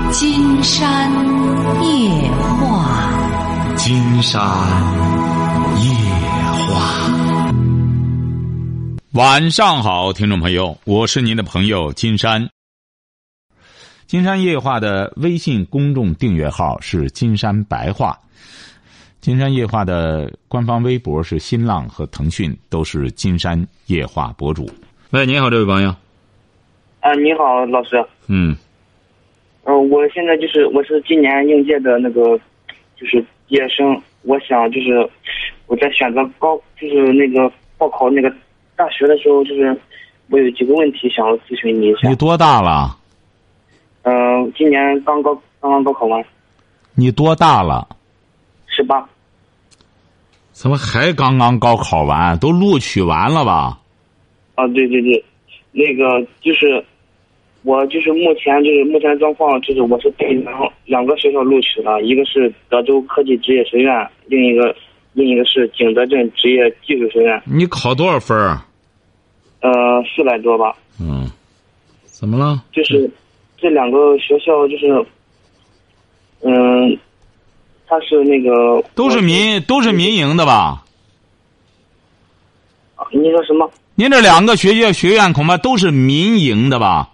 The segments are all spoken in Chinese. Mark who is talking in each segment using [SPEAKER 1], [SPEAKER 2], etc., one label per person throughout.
[SPEAKER 1] 金山夜话，
[SPEAKER 2] 金山夜话。晚上好，听众朋友，我是您的朋友金山。金山夜话的微信公众订阅号是金山白话，金山夜话的官方微博是新浪和腾讯，都是金山夜话博主。喂，你好，这位朋友。
[SPEAKER 3] 你好，老师。我现在我是今年应届的那个毕业生，我想我在选择报考那个大学的时候，我有几个问题想要咨询你一下。
[SPEAKER 2] 你多大了？
[SPEAKER 3] 今年刚刚高考完。
[SPEAKER 2] 你多大了
[SPEAKER 3] ？18。
[SPEAKER 2] 怎么还刚刚高考完？都录取完了吧？
[SPEAKER 3] 对，那个我目前的状况我是被两个学校录取了，一个是德州科技职业学院，另一个是景德镇职业技术学院。
[SPEAKER 2] 你考多少分
[SPEAKER 3] ？400多吧。
[SPEAKER 2] 怎么了？
[SPEAKER 3] 这两个学校它是那个
[SPEAKER 2] 都是民营的吧？
[SPEAKER 3] 你说什么？
[SPEAKER 2] 您这两个学院恐怕都是民营的吧？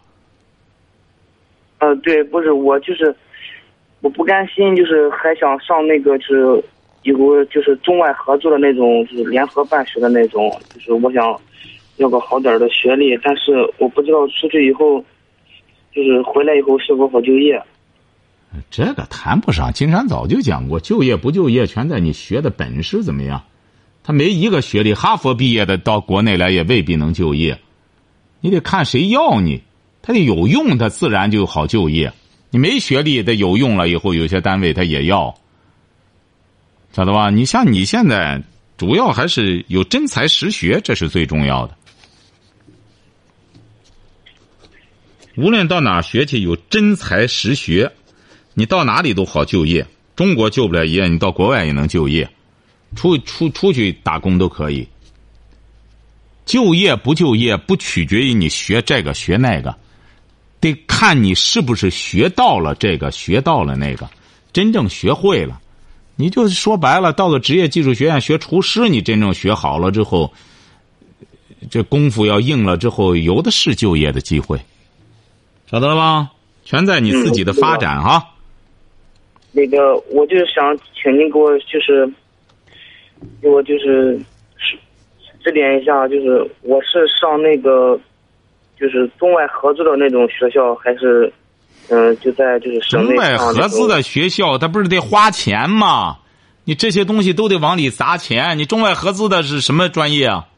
[SPEAKER 3] 对，不是我我不甘心，还想上那个有中外合作的那种，联合办学的那种，我想要个好点的学历，但是我不知道出去以后，回来以后是否好就业。
[SPEAKER 2] 这个谈不上，金山早就讲过，就业不就业全在你学的本事怎么样。他没一个学历，哈佛毕业的到国内来也未必能就业，你得看谁要你，他得有用，他自然就好就业。你没学历的有用了以后，有些单位他也要，晓得吧？你像你现在主要还是有真才实学，这是最重要的。无论到哪学去，有真才实学，你到哪里都好就业。中国就不了业，你到国外也能就业，出去打工都可以。就业不就业不取决于你学这个学那个，得看你是不是学到了这个学到了那个，真正学会了。你就说白了，到了职业技术学院学厨师，你真正学好了之后，这功夫要硬了之后，有的是就业的机会，晓得了吧？全在你自己的发展哈。
[SPEAKER 3] 那个，我想请您给我给我指点一下，我是上那个中外合资的那种学校，还是就在省内上。中外
[SPEAKER 2] 合资的学校，它不是得花钱吗？你这些东西都得往里砸钱。你中外合资的是什么专业啊？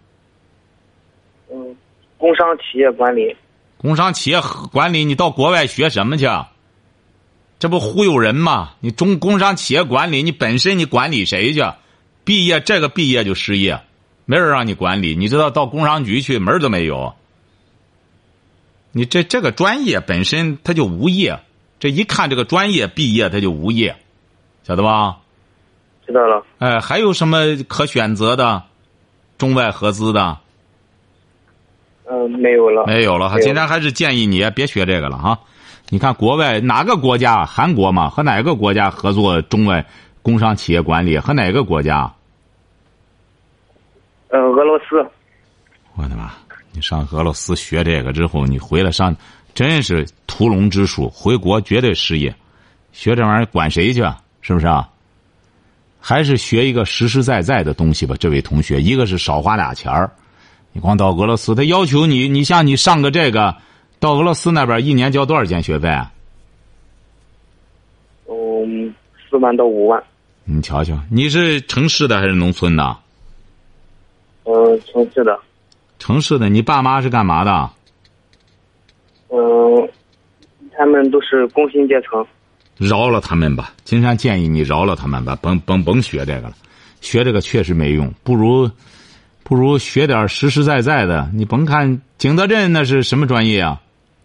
[SPEAKER 3] 工商企业管理。
[SPEAKER 2] 工商企业管理，你到国外学什么去？这不忽悠人吗？你工商企业管理，你本身你管理谁去？毕业就失业，没人让你管理。你知道到工商局去门都没有。你这个专业本身它就无业，这一看这个专业毕业它就无业，晓得吧？
[SPEAKER 3] 知道了。
[SPEAKER 2] 还有什么可选择的？中外合资的？
[SPEAKER 3] 没有了。
[SPEAKER 2] 没有了哈。今天还是建议你别学这个了哈。你看国外哪个国家？韩国嘛，和哪个国家合作中外工商企业管理？和哪个国家？
[SPEAKER 3] 俄罗斯。
[SPEAKER 2] 我的妈！你上俄罗斯学这个之后，你回来真是屠龙之术，回国绝对失业。学这玩意儿管谁去？是不是啊？还是学一个实实在在的东西吧，这位同学。一个是少花俩钱儿，你光到俄罗斯，他要求你像你上个这个。到俄罗斯那边一年交多少钱学费啊
[SPEAKER 3] ？4万到5万。
[SPEAKER 2] 你瞧瞧，你是城市的还是农村的？
[SPEAKER 3] 城市的。
[SPEAKER 2] 城市的，你爸妈是干嘛的？
[SPEAKER 3] 他们都是工薪阶层。
[SPEAKER 2] 饶了他们吧，金山建议你饶了他们吧，甭学这个了，学这个确实没用，不如学点实实在在的。你甭看景德镇那是什么专业啊？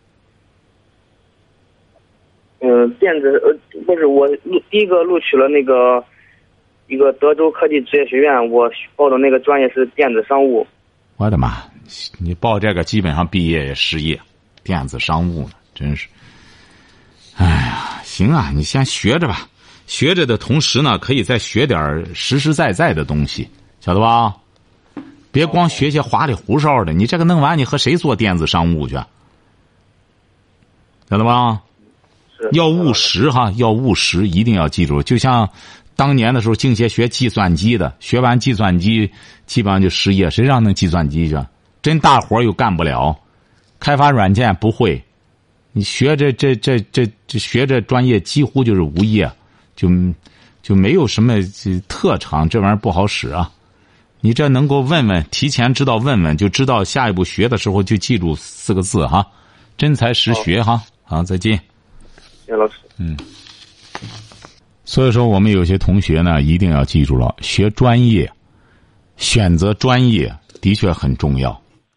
[SPEAKER 3] 电子不是我第一个录取了一个德州科技职业学院，我报的那个专业是电子商务。
[SPEAKER 2] 我的妈！你报这个基本上毕业也失业，电子商务呢，真是。哎呀， 行啊，你先学着吧，学着的同时呢，可以再学点实实在在的东西，晓得吧？别光学些花里胡哨的，你这个弄完，你和谁做电子商务去？晓得吧？要务实哈，要务实，一定要记住。就像当年的时候，净学计算机的，学完计算机基本上就失业，谁让弄计算机去？真大活又干不了，开发软件不会，你学这学这专业几乎就是无业，就没有什么特长，这玩意儿不好使啊。你这能够问问，提前知道问问，就知道下一步学的时候就记住4个字哈，真才实学哈。好，再见。
[SPEAKER 3] 谢谢老师。
[SPEAKER 2] 所以说我们有些同学呢，一定要记住了，学专业，选择专业的确很重要。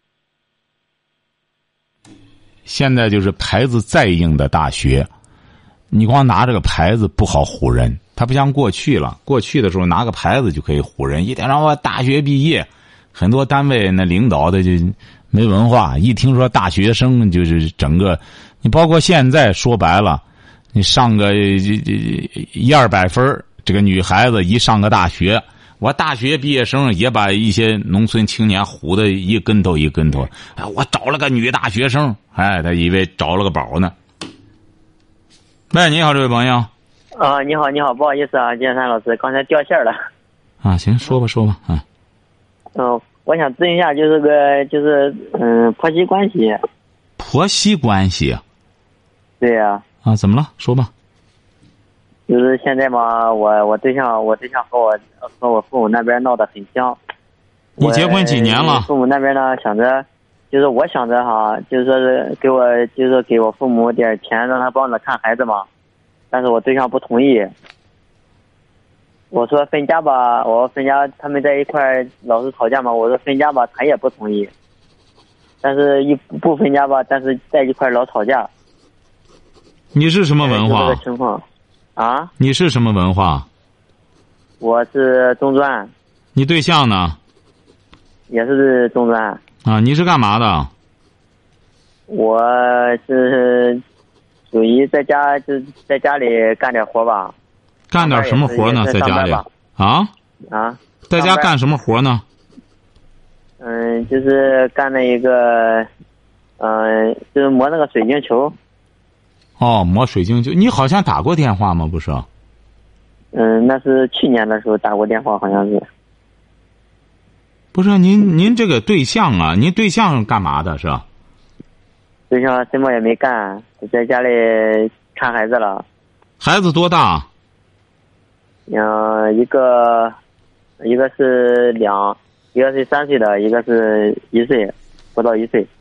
[SPEAKER 2] 现在就是牌子再硬的大学，你光拿这个牌子不好唬人，它不像过去了。过去的时候拿个牌子就可以唬人，一定让我大学毕业。很多单位那领导的就没文化，一听说大学生就是整个，你包括现在说白了，你上个100-200分，这个女孩子一上个大学，我大学毕业生也把一些农村青年唬得一跟头一跟头。哎，我找了个女大学生，哎，他以为找了个宝呢。喂，你好，这位朋友。
[SPEAKER 4] 啊，你好，不好意思啊，金山老师，刚才掉线了。
[SPEAKER 2] 啊，行，说吧，啊。
[SPEAKER 4] 我想咨询一下，婆媳关系。
[SPEAKER 2] 婆媳关系。
[SPEAKER 4] 对呀。
[SPEAKER 2] 啊，怎么了？说吧。
[SPEAKER 4] 就是现在嘛，我对象和我父母那边闹得很僵。
[SPEAKER 2] 你结婚几年了？
[SPEAKER 4] 父母那边呢想着，就是我想着哈，就是说是给我父母点钱，让他帮着看孩子嘛。但是我对象不同意。我说分家吧，他们在一块老是吵架嘛。我说分家吧，他也不同意。但是不分家吧，但是在一块老吵架。
[SPEAKER 2] 你是什么文化？
[SPEAKER 4] 这个情况。啊？
[SPEAKER 2] 你是什么文化？
[SPEAKER 4] 我是中专。
[SPEAKER 2] 你对象呢？
[SPEAKER 4] 也是中专。
[SPEAKER 2] 啊，你是干嘛的？
[SPEAKER 4] 我是属于在家里干点活吧。
[SPEAKER 2] 干点什么活呢？在家里啊？在家干什么活呢？
[SPEAKER 4] 就是干了一个，就是磨那个水晶球。
[SPEAKER 2] 哦，磨水晶球，你好像打过电话吗？不是？
[SPEAKER 4] 那是去年的时候打过电话，好像是。
[SPEAKER 2] 不是您这个对象啊？您对象干嘛的？是吧？
[SPEAKER 4] 对象什么也没干，在家里看孩子了。
[SPEAKER 2] 孩子多大？
[SPEAKER 4] 一个是3岁的，一个是1岁，不到1岁。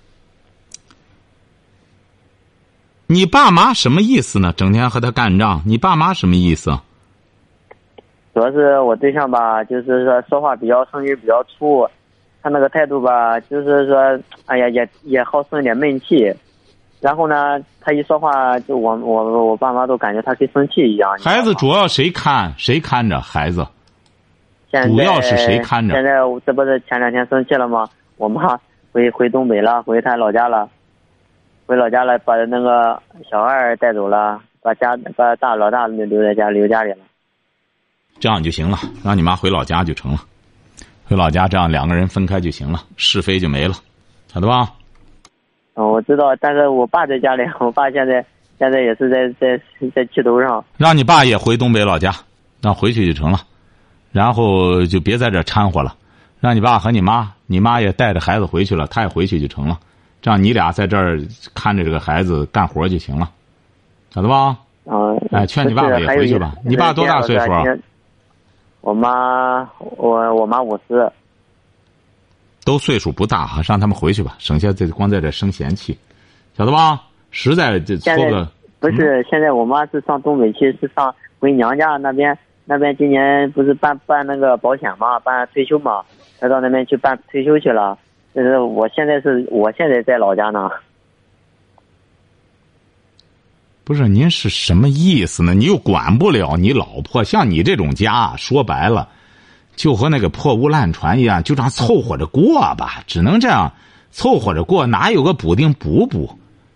[SPEAKER 2] 你爸妈什么意思呢？整天和他干仗，你爸妈什么意思？
[SPEAKER 4] 主要是我对象吧，就是说话比较声音比较粗，他那个态度吧，就是说，哎呀，也好生点闷气。然后呢，他一说话，就我爸妈都感觉他跟生气一样。
[SPEAKER 2] 孩子主要谁看？谁看着孩子？
[SPEAKER 4] 主
[SPEAKER 2] 要是谁看着？
[SPEAKER 4] 现在这不是前2天生气了吗？我妈回东北了，回他老家了，把那个小二带走了，把老大留家里了。
[SPEAKER 2] 这样就行了，让你妈回老家就成了，回老家这样2个人分开就行了，是非就没了，晓得吧？
[SPEAKER 4] 我知道，但是我爸在家里，我爸现在也是在气头上。
[SPEAKER 2] 让你爸也回东北老家，让回去就成了，然后就别在这掺和了。让你爸和你妈也带着孩子回去了，他也回去就成了。这样你俩在这儿看着这个孩子干活就行了，晓得吧？哎，劝你爸爸也回去吧。你爸多大岁数？
[SPEAKER 4] 我妈50。
[SPEAKER 2] 都岁数不大哈，让他们回去吧，省下光在这生闲气，晓得吧？实在这说个
[SPEAKER 4] 不是，现在我妈是上东北去，是上回娘家那边今年不是办那个保险嘛，办退休嘛，她到那边去办退休去了。就是我现在在老家呢。
[SPEAKER 2] 不是，您是什么意思呢？你又管不了你老婆，像你这种家，说白了就和那个破屋烂船一样，就这样凑合着过吧，只能这样凑合着过，哪有个补丁补？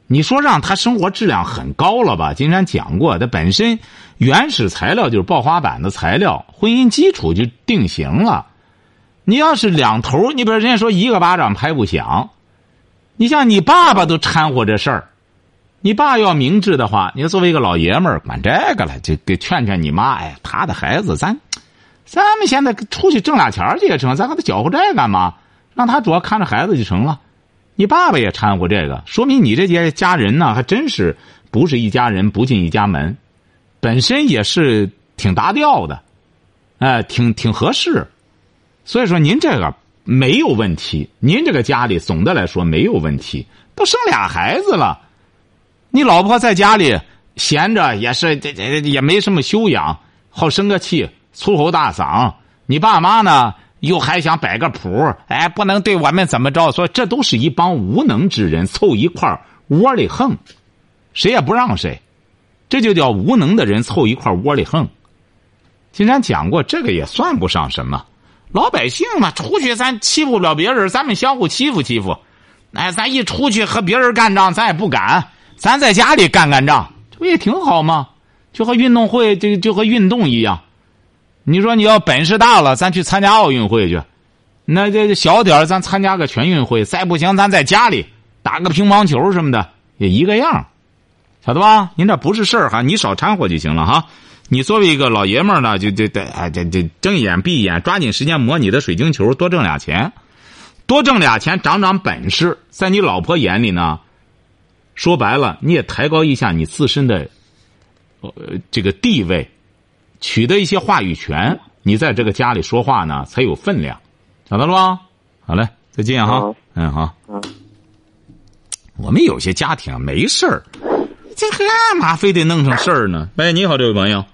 [SPEAKER 2] 你说让他生活质量很高了吧？金山讲过，它本身原始材料就是爆花板的材料，婚姻基础就定型了。你要是两头，你比如人家说一个巴掌拍不响，你像你爸爸都掺和这事儿，你爸要明智的话，你作为一个老爷们儿，管这个了，就给劝劝你妈。哎，他的孩子，咱们现在出去挣俩钱去也成，咱给他搅和这干嘛？让他主要看着孩子就成了。你爸爸也掺和这个，说明你这些家人呢，还真是不是一家人不进一家门，本身也是挺搭调的，挺合适。所以说您这个没有问题，您这个家里总的来说没有问题，都生俩孩子了，你老婆在家里闲着也是也没什么修养，好生个气，粗口大嗓。你爸妈呢？又还想摆个谱，哎，不能对我们怎么着？说这都是一帮无能之人凑一块窝里横，谁也不让谁，这就叫无能的人凑一块窝里横。金山讲过，这个也算不上什么。老百姓嘛，出去咱欺负不了别人，咱们相互欺负欺负。哎，咱一出去和别人干仗，咱也不敢，咱在家里干仗，这不也挺好吗？就和运动会，就和运动一样。你说你要本事大了，咱去参加奥运会去，那这小点咱参加个全运会，再不行咱在家里打个乒乓球什么的，也一个样，晓得吧？您这不是事儿哈，你少掺和就行了哈。你作为一个老爷们儿呢，就睁眼闭眼，抓紧时间磨你的水晶球，多挣俩钱，长长本事。在你老婆眼里呢，说白了，你也抬高一下你自身的这个地位。取得一些话语权，你在这个家里说话呢才有分量，晓得了吧？好嘞，再见哈。好。我们有些家庭没事儿，这干嘛非得弄成事儿呢？喂，你好，这位朋友。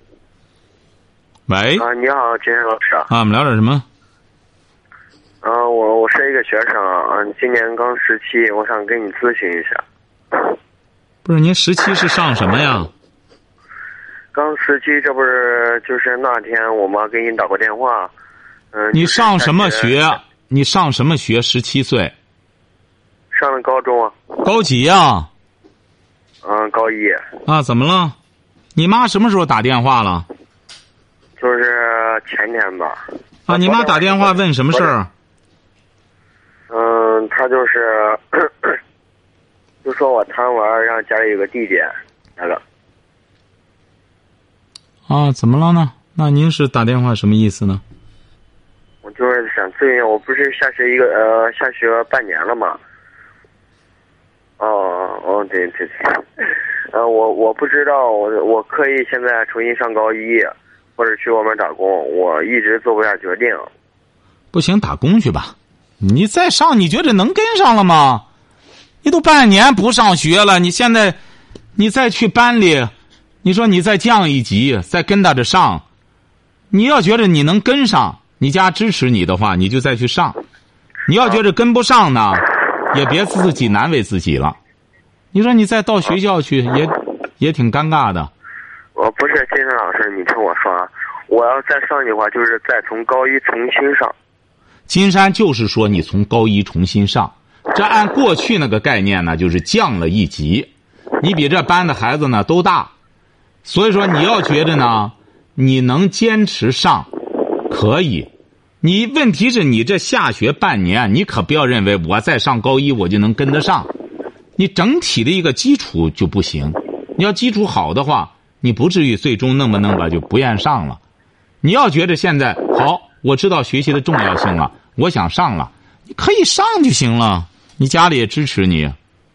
[SPEAKER 2] 喂。
[SPEAKER 5] 你好，金山老师。
[SPEAKER 2] 我们聊点什么？
[SPEAKER 5] 我是一个学生，今年刚17，我想跟你咨询一下。
[SPEAKER 2] 不是，您17是上什么呀？
[SPEAKER 5] 刚17，这不是就是那天我妈给你打过电话。
[SPEAKER 2] 你上什么学？你上什么学？17岁。
[SPEAKER 5] 上的高中啊。
[SPEAKER 2] 高几呀？
[SPEAKER 5] 高1。
[SPEAKER 2] 怎么了？你妈什么时候打电话了？
[SPEAKER 5] 就是前天吧。
[SPEAKER 2] 你妈打电话问什么事儿？
[SPEAKER 5] 她就是就说我贪玩，让家里有个弟弟那个。
[SPEAKER 2] 怎么了呢？那您是打电话什么意思呢？
[SPEAKER 5] 我就是想咨询，我不是下学半年了吗？对，我不知道，我可以现在重新上高1，或者去外面打工，我一直做不下决定。
[SPEAKER 2] 不行，打工去吧。你再上，你觉得能跟上了吗？你都半年不上学了，你现在你再去班里。你说你再降一级，再跟他着上，你要觉得你能跟上，你家支持你的话，你就再去上。你要觉得跟不上呢，也别自己难为自己了。你说你再到学校去，也挺尴尬的。
[SPEAKER 5] 我不是金山老师，你听我说，我要再上的话，就是再从高1重新上。
[SPEAKER 2] 金山就是说你从高1重新上，这按过去那个概念呢，就是降了一级。你比这班的孩子呢都大。所以说你要觉得呢，你能坚持上，可以。你问题是你这下学半年，你可不要认为我再上高1我就能跟得上，你整体的一个基础就不行。你要基础好的话，你不至于最终弄吧就不愿上了。你要觉得现在好，我知道学习的重要性了，我想上了，你可以上就行了，你家里也支持你。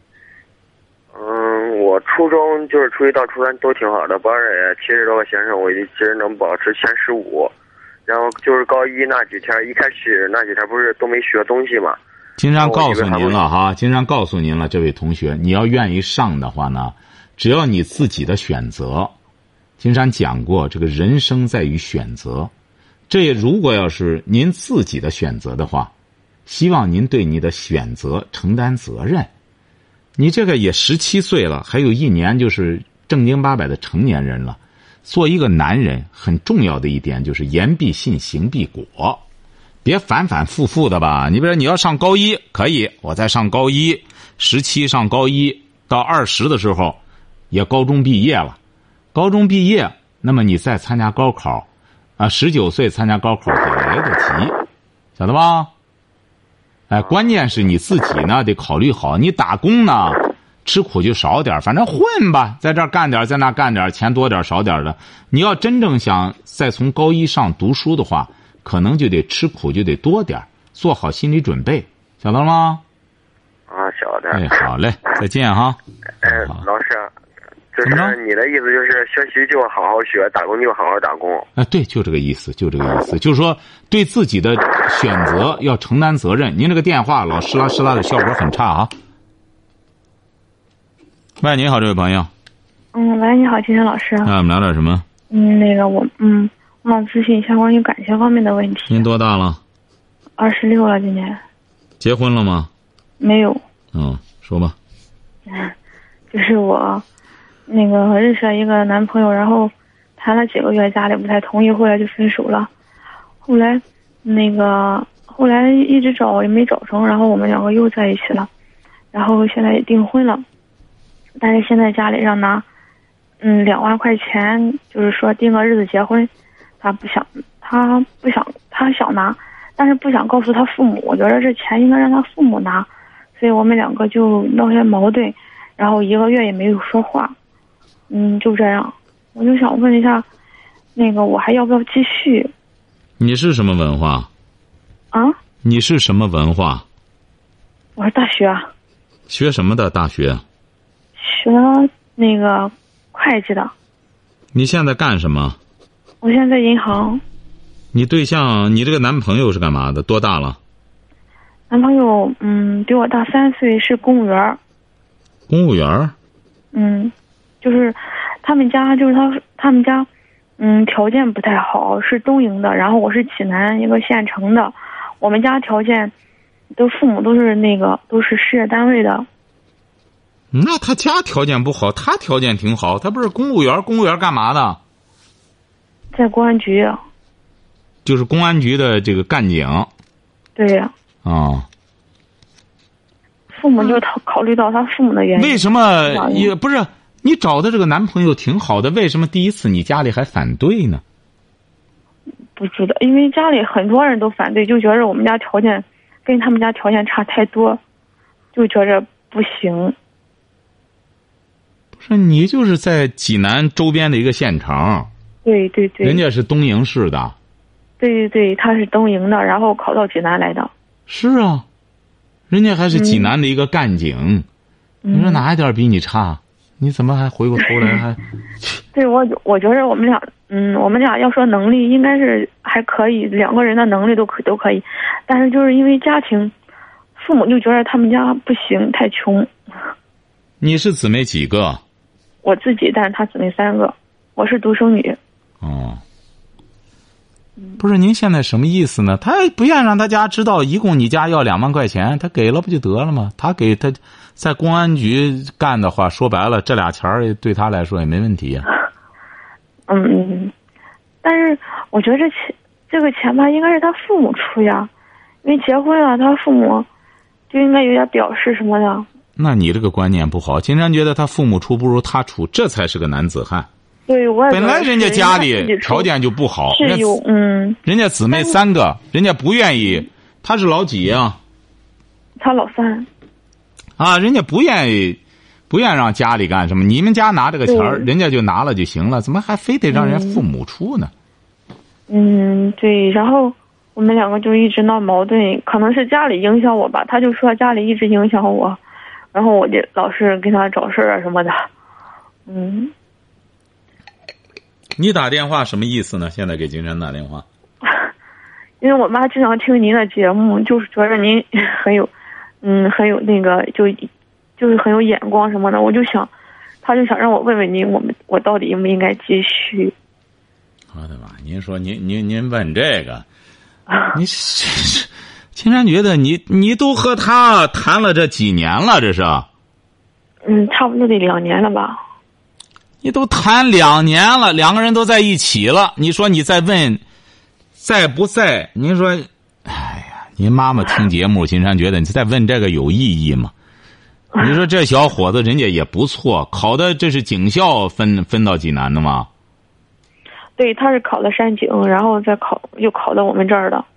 [SPEAKER 5] 我初中就是初1到初3都挺好的，班也70多个学生，我一直能保持前15。然后就是高1那几天，一开始那几天不是都没学东西嘛。
[SPEAKER 2] 金山告诉您了哈，金山告诉您了，这位同学，你要愿意上的话呢，只要你自己的选择。金山讲过，这个人生在于选择。这如果要是您自己的选择的话，希望您对你的选择承担责任。你这个也17岁了，还有1年就是正经八百的成年人了。做一个男人很重要的一点就是言必信，行必果，别反反复复的吧。你比如说你要上高1可以，我再上高1，17上高1 到20的时候，也高中毕业了。高中毕业，那么你再参加高考，19岁参加高考也来得及，晓得吧？哎，关键是你自己呢得考虑好，你打工呢吃苦就少点，反正混吧，在这儿干点，在那干点，钱多点少点的。你要真正想再从高一上读书的话，可能就得吃苦就得多点，做好心理准备，晓得了吗？
[SPEAKER 5] 晓得。
[SPEAKER 2] 哎，好嘞，再见哈。
[SPEAKER 5] 老师，就是你的意思就是学习就好好学，打工就好好打工。
[SPEAKER 2] 对，就这个意思，就是说对自己的选择要承担责任。您这个电话老湿啦湿啦的，效果很差啊。喂，你好，这位朋友。
[SPEAKER 6] 喂，你好，金山老师。
[SPEAKER 2] 我们聊点什么？
[SPEAKER 6] 我想咨询一下关于感情方面的问题。
[SPEAKER 2] 您多大了
[SPEAKER 6] ？26了，今年。
[SPEAKER 2] 结婚了吗？
[SPEAKER 6] 没有。
[SPEAKER 2] 说吧。
[SPEAKER 6] 就是我，认识了一个男朋友，然后谈了几个月，家里不太同意，后来就分手了。后来一直找也没找成，然后我们两个又在一起了，然后现在也订婚了，但是现在家里让拿2万块钱，就是说定个日子结婚，他想拿，但是不想告诉他父母，我觉得这钱应该让他父母拿，所以我们两个就闹些矛盾，然后1个月也没有说话，就这样。我就想问一下，我还要不要继续？
[SPEAKER 2] 你是什么文化？你是什么文化？
[SPEAKER 6] 我是大学。
[SPEAKER 2] 学什么的大学？
[SPEAKER 6] 学会计的。
[SPEAKER 2] 你现在干什么？
[SPEAKER 6] 我现在在银行。
[SPEAKER 2] 你对象，你这个男朋友是干嘛的？多大了？
[SPEAKER 6] 男朋友比我大3岁，是公务员。
[SPEAKER 2] 公务员？
[SPEAKER 6] 就是他们家条件不太好，是东营的，然后我是济南一个县城的，我们家条件父母都是事业单位的。
[SPEAKER 2] 那他家条件不好，他条件挺好，他不是公务员？公务员干嘛的？
[SPEAKER 6] 在公安局。
[SPEAKER 2] 就是公安局的这个干警。
[SPEAKER 6] 对呀。父母就考虑到他父母的原因。
[SPEAKER 2] 为什么也不是你找的这个男朋友挺好的，为什么第一次你家里还反对呢？
[SPEAKER 6] 不知道，因为家里很多人都反对，就觉得我们家条件跟他们家条件差太多，就觉着不行。
[SPEAKER 2] 不是，你就是在济南周边的一个县城。
[SPEAKER 6] 对对对。
[SPEAKER 2] 人家是东营市的。
[SPEAKER 6] 对对对，他是东营的，然后考到济南来的。
[SPEAKER 2] 是啊，人家还是济南的一个干警。你说哪一点比你差？你怎么还回过头来还？
[SPEAKER 6] 对，我觉得我们俩要说能力应该是还可以，2个人的能力都可以，但是就是因为家庭，父母就觉得他们家不行，太穷。
[SPEAKER 2] 你是姊妹几个？
[SPEAKER 6] 我自己，但是他姊妹3个，我是独生女。
[SPEAKER 2] 不是，您现在什么意思呢？他不愿让他家知道，一共你家要2万块钱，他给了不就得了吗？他给他在公安局干的话，说白了，这俩钱对他来说也没问题呀。
[SPEAKER 6] 但是我觉得这个钱吧，应该是他父母出呀，因为结婚了，他父母就应该有点表示什么的。
[SPEAKER 2] 那你这个观念不好，经常觉得他父母出不如他出，这才是个男子汉。
[SPEAKER 6] 对，我
[SPEAKER 2] 本来人家家里条件就不好，
[SPEAKER 6] 是有
[SPEAKER 2] 人家姊妹3个，人家不愿意，他是老几啊？
[SPEAKER 6] 他老3。
[SPEAKER 2] 人家不愿意让家里干什么，你们家拿这个钱人家就拿了就行了，怎么还非得让人父母出呢？
[SPEAKER 6] 对，然后我们2个就一直闹矛盾，可能是家里影响我吧，他就说家里一直影响我，然后我就老是跟他找事儿啊什么的。
[SPEAKER 2] 你打电话什么意思呢？现在给金山打电话，
[SPEAKER 6] 因为我妈经常听您的节目，就是觉得您很有就是很有眼光什么的，他就想让我问问您，我到底应不应该继续？
[SPEAKER 2] 我的妈！您说您问这个，你金山觉得你都和他谈了这几年了，这是？
[SPEAKER 6] 差不多得2年了吧。
[SPEAKER 2] 你都谈2年了，2个人都在一起了，你说你再问在不在？您说，哎呀，您妈妈听节目，金山觉得你再问这个有意义吗？ 你说这小伙子人家也不错，考的这是警校分到济南的吗？
[SPEAKER 6] 对，他是考的山景，然后又考到我们这儿的。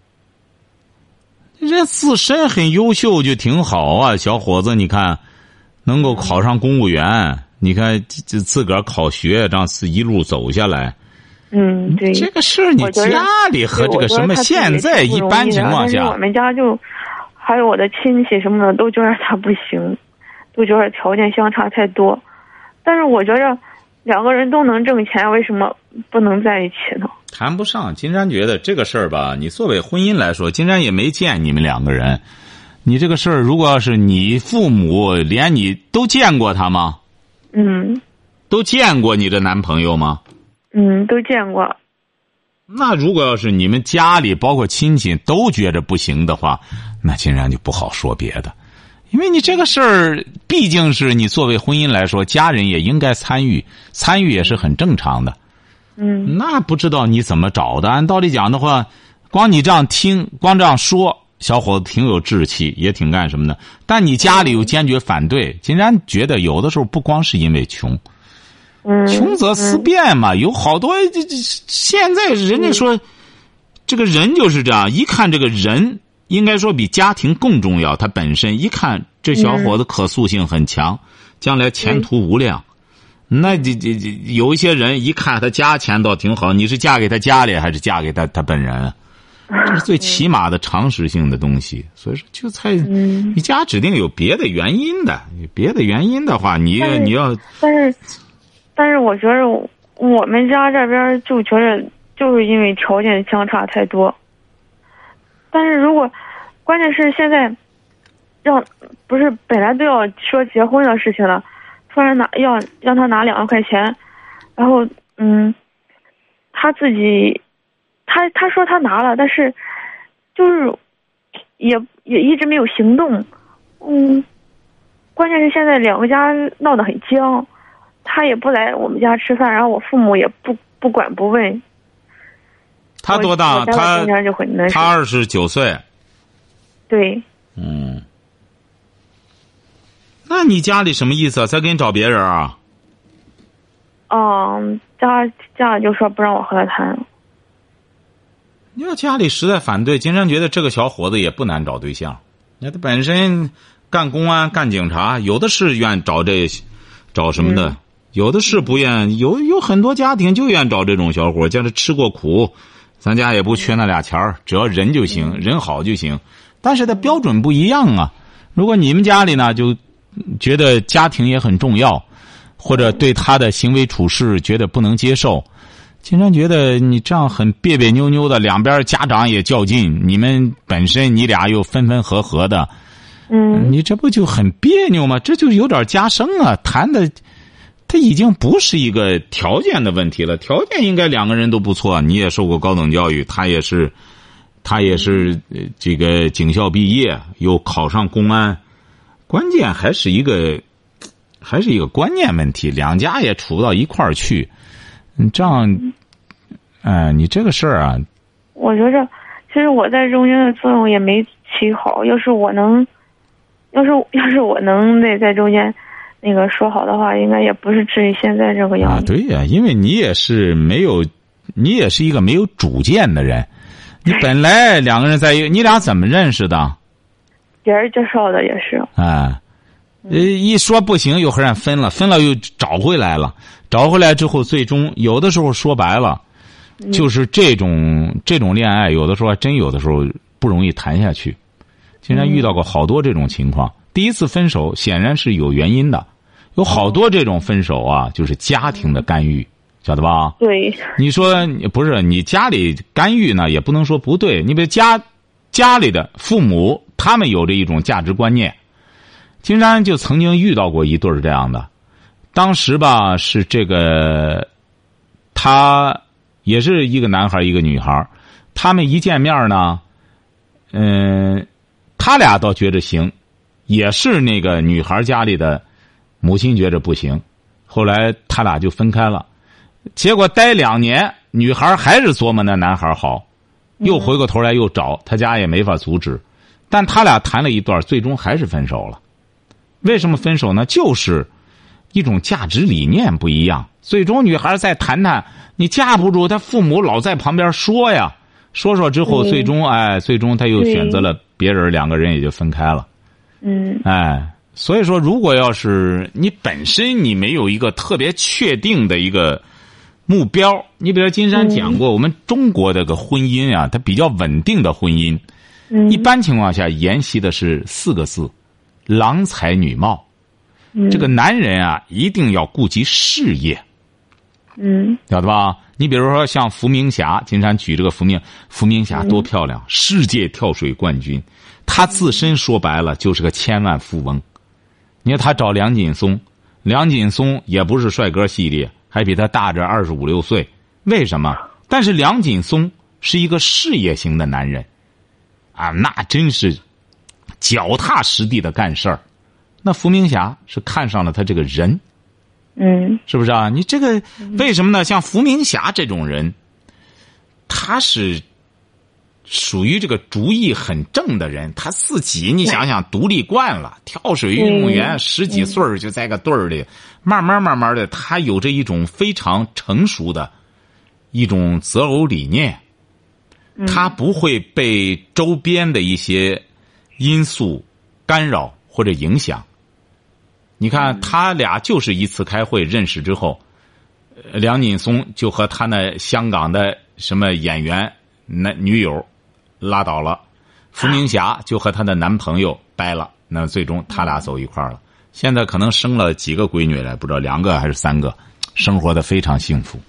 [SPEAKER 2] 人自身很优秀就挺好啊，小伙子，你看能够考上公务员，你看这自个儿考学，这样是一路走下来。
[SPEAKER 6] 对。
[SPEAKER 2] 这个事儿你家里和这个什么现在一般情况下，
[SPEAKER 6] 但是我们家就还有我的亲戚什么的都觉得他不行，都觉得条件相差太多。但是我觉着两个人都能挣钱，为什么不能在一起呢？
[SPEAKER 2] 谈不上。金山觉得这个事儿吧，你作为婚姻来说，金山也没见你们两个人。你这个事儿，如果要是你父母连你都见过他吗？都见过你的男朋友吗？
[SPEAKER 6] 都见过。
[SPEAKER 2] 那如果要是你们家里包括亲戚都觉着不行的话，那金山就不好说别的。因为你这个事儿毕竟是你作为婚姻来说，家人也应该参与也是很正常的。那不知道你怎么找的。按道理讲的话，光你这样听，光这样说，小伙子挺有志气，也挺干什么的。但你家里又坚决反对，竟然觉得有的时候不光是因为穷，穷则思变嘛。有好多现在人家说，这个人就是这样，一看这个人应该说比家庭更重要。他本身一看这小伙子可塑性很强，将来前途无量。那有一些人一看他家钱倒挺好，你是嫁给他家里还是嫁给他本人？这是最起码的常识性的东西。所以说就在你家指定有别的原因的，别的原因的话你要。
[SPEAKER 6] 但是我觉得我们家这边就觉得就是因为条件相差太多。但是如果关键是现在不是本来都要说结婚的事情了，突然要让他拿2万块钱，然后他自己他说他拿了，但是就是也一直没有行动。关键是现在两个家闹得很僵，他也不来我们家吃饭，然后我父母也不管不问。
[SPEAKER 2] 他多大？他29岁。
[SPEAKER 6] 对。
[SPEAKER 2] 那你家里什么意思啊？再给你找别人啊？
[SPEAKER 6] 家里就说不让我和他谈。
[SPEAKER 2] 你要家里实在反对，金山觉得这个小伙子也不难找对象。那他本身干公安、干警察，有的是愿找什么的，有的是不愿。有很多家庭就愿找这种小伙，就是吃过苦，咱家也不缺那俩钱儿，只要人就行，人好就行。但是他标准不一样啊。如果你们家里呢，就觉得家庭也很重要，或者对他的行为处事觉得不能接受，经常觉得你这样很别别扭扭的，两边家长也较劲，你们本身你俩又分分合合的，你这不就很别扭吗？这就有点加深啊。谈的他已经不是一个条件的问题了，条件应该两个人都不错，你也受过高等教育，他也是这个警校毕业，又考上公安。关键还是一个观念问题，两家也处不到一块儿去。这样，你这个事儿啊，
[SPEAKER 6] 我觉着其实我在中间的作用也没起好。要是我能在中间那个说好的话，应该也不是至于现在这个样子。
[SPEAKER 2] 对呀，因为你也是一个没有主见的人。你本来两个人在一个，你俩怎么认识的？
[SPEAKER 6] 别人介绍的也是。
[SPEAKER 2] 一说不行又和人分了又找回来了，找回来之后最终有的时候说白了，就是这种恋爱有的时候真有的时候不容易谈下去。竟然遇到过好多这种情况。第一次分手显然是有原因的，有好多这种分手啊，就是家庭的干预，晓得吧？
[SPEAKER 6] 对。
[SPEAKER 2] 你说不是你家里干预呢，也不能说不对。你比如家里的父母，他们有着一种价值观念。金山就曾经遇到过一对这样的，当时吧是这个，他也是一个男孩一个女孩，他们一见面呢，他俩倒觉着行，也是那个女孩家里的母亲觉着不行，后来他俩就分开了。结果待2年，女孩还是琢磨那男孩好，又回过头来又找，他家也没法阻止，但他俩谈了一段，最终还是分手了。 为什么分手呢？就是一种价值理念不一样。最终女孩再谈谈，你架不住她父母老在旁边说呀，说之后，最终他又选择了别人，两个人也就分开了。所以说，如果要是你本身你没有一个特别确定的一个目标，你比如金山讲过，我们中国这个婚姻啊，它比较稳定的婚姻，一般情况下沿袭的是4个字：郎才女貌。这个男人啊，一定要顾及事业。晓得吧？你比如说像伏明霞，金山举这个伏明霞多漂亮，世界跳水冠军，她自身说白了就是个千万富翁。你看她找梁锦松，梁锦松也不是帅哥系列，还比他大着25、26岁，为什么？但是梁锦松是一个事业型的男人，啊，那真是脚踏实地的干事儿。那伏明霞是看上了他这个人。是不是啊？你这个为什么呢？像伏明霞这种人，他是属于这个主意很正的人。他自己你想想，独立惯了，跳水运动员10几岁就在个队儿里，慢慢的，他有着一种非常成熟的一种择偶理念。他不会被周边的一些因素干扰或者影响。你看他俩就是一次开会认识之后，梁锦松就和他那香港的什么演员女友拉倒了，伏明霞就和她的男朋友掰了，那最终他俩走一块儿了。现在可能生了几个闺女了，不知道2个还是3个，生活的非常幸福。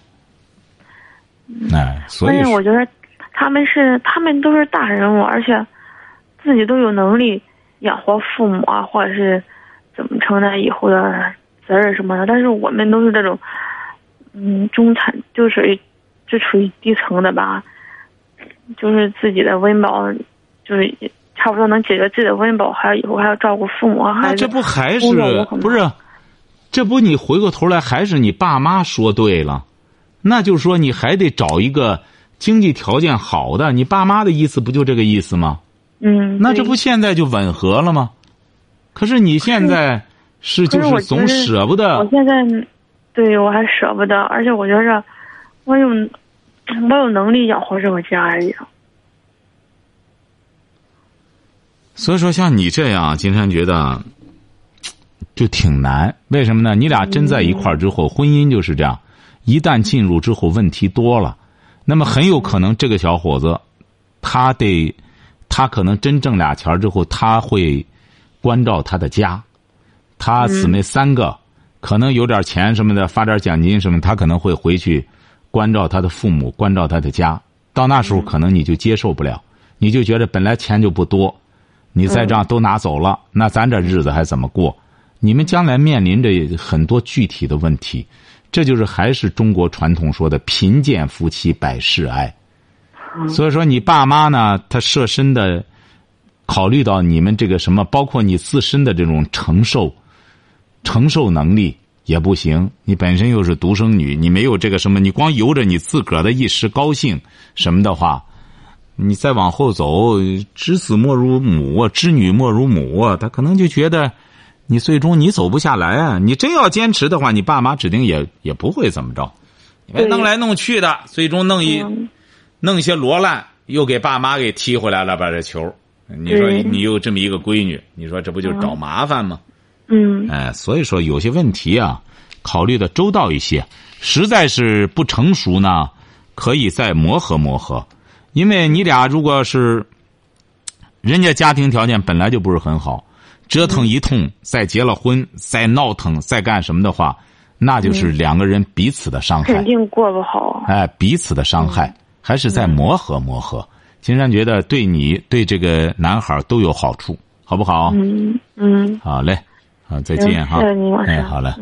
[SPEAKER 2] 所以
[SPEAKER 6] 我觉得他们都是大人物，而且自己都有能力养活父母啊，或者是怎么承担以后的责任什么的。但是我们都是这种中产，就属于低层的吧，就是自己的温饱就是差不多能解决自己的温饱，还有以后还要照顾父母孩子。
[SPEAKER 2] 那这不还是不是？这不你回过头来还是你爸妈说对了，那就是说你还得找一个经济条件好的。你爸妈的意思不就这个意思吗？那这不现在就吻合了吗？可是你现在就是总舍不得。
[SPEAKER 6] 我现在对我还舍不得，而且我觉着我有能力养活这个家而已。
[SPEAKER 2] 所以说像你这样，金山觉得就挺难。为什么呢？你俩真在一块儿之后，婚姻就是这样，一旦进入之后问题多了，那么很有可能这个小伙子他可能真挣俩钱之后，他会关照他的家，他姊妹3个可能有点钱什么的，发点奖金什么，他可能会回去关照他的父母，关照他的家。到那时候可能你就接受不了，你就觉得本来钱就不多，你再这样都拿走了，那咱这日子还怎么过？你们将来面临着很多具体的问题。这就是还是中国传统说的贫贱夫妻百事哀。所以说你爸妈呢，他设身的考虑到你们这个什么，包括你自身的这种承受能力也不行。你本身又是独生女，你没有这个什么，你光由着你自个儿的一时高兴什么的话，你再往后走，知子莫如母，知女莫如母，他可能就觉得你最终你走不下来啊。你真要坚持的话，你爸妈指定也不会怎么着，因为弄来弄去的，最终弄一些罗烂，又给爸妈给踢回来了，把这球。你说你有这么一个闺女，你说这不就是找麻烦吗？所以说有些问题啊，考虑的周到一些，实在是不成熟呢，可以再磨合磨合。因为你俩如果是人家家庭条件本来就不是很好，折腾一通，再结了婚，再闹腾，再干什么的话，那就是两个人彼此的伤害，
[SPEAKER 6] 肯定过不好。
[SPEAKER 2] 彼此的伤害，还是在磨合磨合。金山觉得对你对这个男孩都有好处，好不好？好嘞，好，再见哈。
[SPEAKER 6] 谢谢你，晚上。
[SPEAKER 2] 好嘞。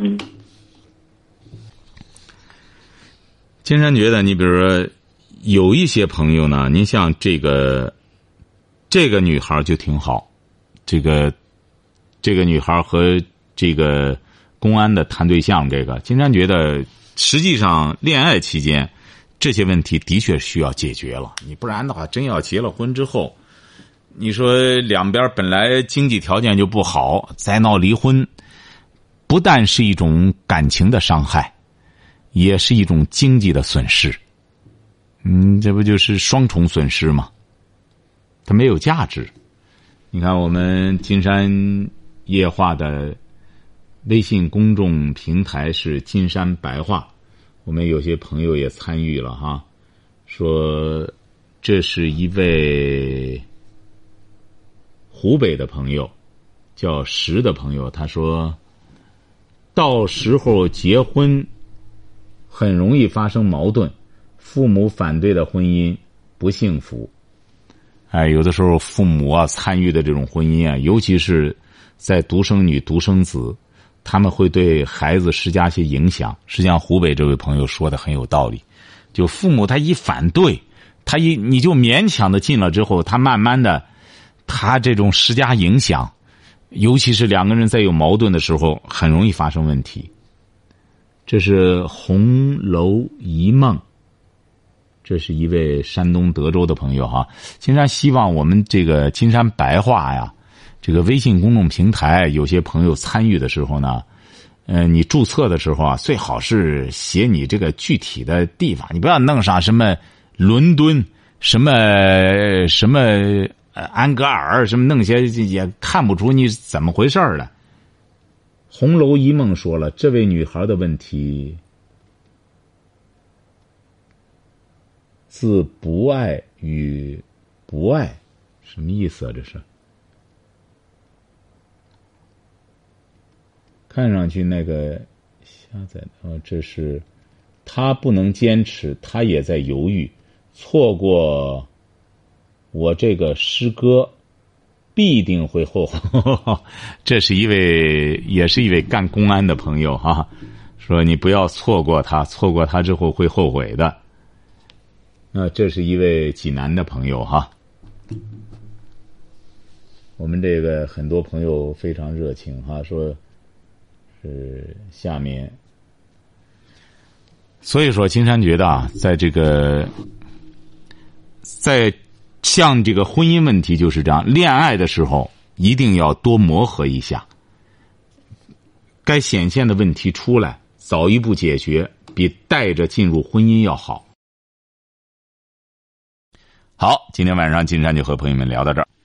[SPEAKER 2] 金山觉得，你比如说有一些朋友呢，您像这个女孩就挺好，这个女孩和这个公安的谈对象，这个金山觉得，实际上恋爱期间这些问题的确需要解决了。你不然的话，真要结了婚之后， 你说两边本来经济条件就不好，再闹离婚，不但是一种感情的伤害，也是一种经济的损失。这不就是双重损失吗？它没有价值。你看我们金山夜话的微信公众平台是金山白话，我们有些朋友也参与了哈，说这是一位湖北的朋友，叫石的朋友，他说到时候结婚很容易发生矛盾，父母反对的婚姻不幸福。有的时候父母啊参与的这种婚姻啊，尤其是在独生女独生子，他们会对孩子施加些影响。实际上湖北这位朋友说的很有道理，就父母他一反对，你就勉强的进了之后，他慢慢的他这种施加影响，尤其是两个人在有矛盾的时候很容易发生问题。这是红楼一梦，这是一位山东德州的朋友哈。金山希望我们这个金山白话呀，这个微信公众平台有些朋友参与的时候呢，你注册的时候啊，最好是写你这个具体的地方，你不要弄上什么伦敦什么安格尔什么，弄些也看不出你怎么回事了。红楼一梦说了，这位女孩的问题自不爱与不爱，什么意思啊？这是看上去那个下载这是他不能坚持，他也在犹豫，错过我这个诗歌必定会后悔。这是也是一位干公安的朋友哈，说你不要错过他，错过他之后会后悔的。这是一位济南的朋友哈。我们这个很多朋友非常热情哈，说是下面，所以说金山觉得啊，在像这个婚姻问题就是这样，恋爱的时候一定要多磨合一下，该显现的问题出来，早一步解决，比带着进入婚姻要好。好，今天晚上金山就和朋友们聊到这儿。